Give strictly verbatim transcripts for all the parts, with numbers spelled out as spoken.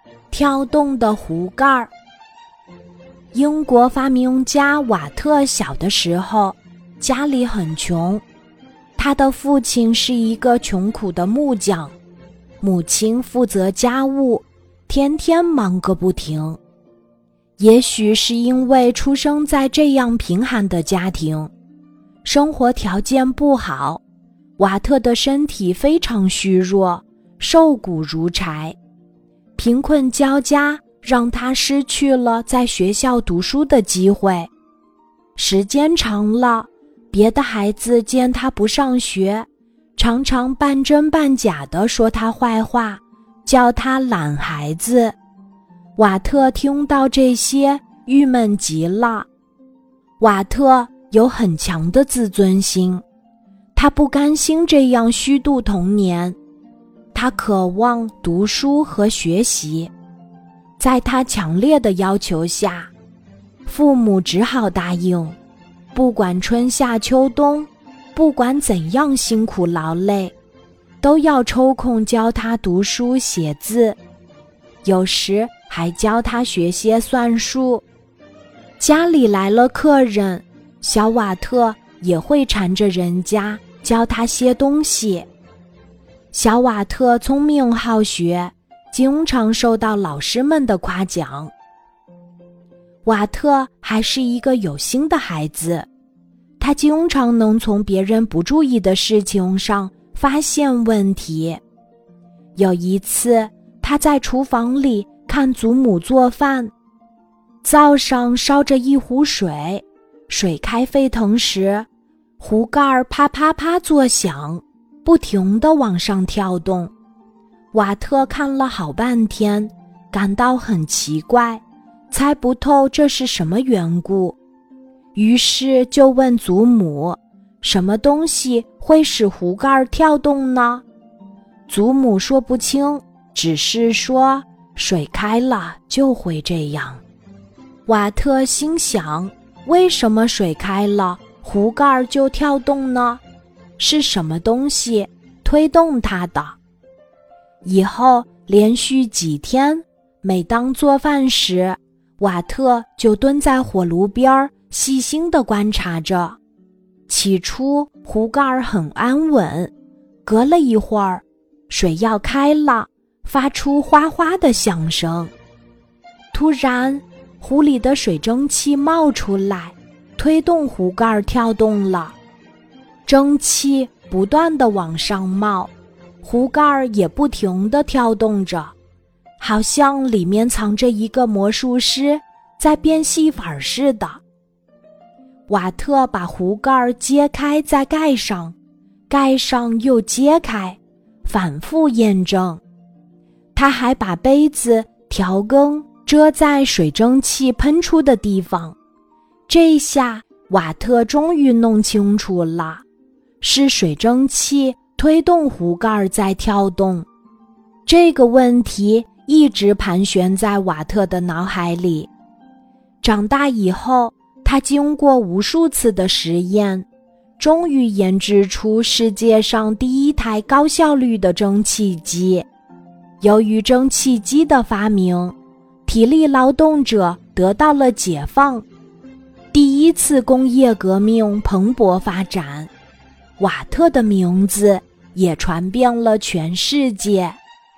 跳动的壶盖儿。英国发明家瓦特小的时候，家里很穷，他的父亲是一个穷苦的木匠，母亲负责家务，天天忙个不停。也许是因为出生在这样贫寒的家庭，生活条件不好，瓦特的身体非常虚弱，瘦骨如柴。贫困交加让他失去了在学校读书的机会。时间长了，别的孩子见他不上学，常常半真半假地说他坏话，叫他懒孩子。瓦特听到这些，郁闷极了。瓦特有很强的自尊心，他不甘心这样虚度童年，他渴望读书和学习。在他强烈的要求下，父母只好答应，不管春夏秋冬，不管怎样辛苦劳累，都要抽空教他读书写字，有时还教他学些算术。家里来了客人，小瓦特也会缠着人家教他些东西。小瓦特聪明好学，经常受到老师们的夸奖。瓦特还是一个有心的孩子，他经常能从别人不注意的事情上发现问题。有一次，他在厨房里看祖母做饭，灶上烧着一壶水，水开沸腾时，壶盖啪啪啪作响，不停地往上跳动。瓦特看了好半天，感到很奇怪，猜不透这是什么缘故，于是就问祖母，什么东西会使壶盖跳动呢？祖母说不清，只是说水开了就会这样。瓦特心想，为什么水开了，壶盖就跳动呢？是什么东西推动它的？以后连续几天，每当做饭时，瓦特就蹲在火炉边，细心地观察着。起初壶盖很安稳，隔了一会儿，水要开了，发出哗哗的响声。突然，壶里的水蒸气冒出来，推动壶盖跳动了。蒸汽不断地往上冒，壶盖也不停地跳动着，好像里面藏着一个魔术师在变戏法似的。瓦特把壶盖揭开再盖上，盖上又揭开，反复验证。他还把杯子、调羹遮在水蒸气喷出的地方。这下瓦特终于弄清楚了，是水蒸气推动壶盖在跳动。这个问题一直盘旋在瓦特的脑海里。长大以后，他经过无数次的实验，终于研制出世界上第一台高效率的蒸汽机。由于蒸汽机的发明，体力劳动者得到了解放，第一次工业革命蓬勃发展，瓦特的名字也传遍了全世界。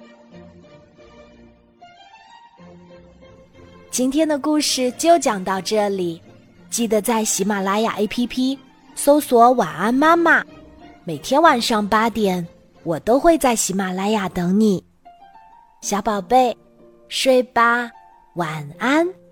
今天的故事就讲到这里，记得在喜马拉雅 A P P 搜索晚安妈妈，每天晚上八点，我都会在喜马拉雅等你。小宝贝，睡吧，晚安。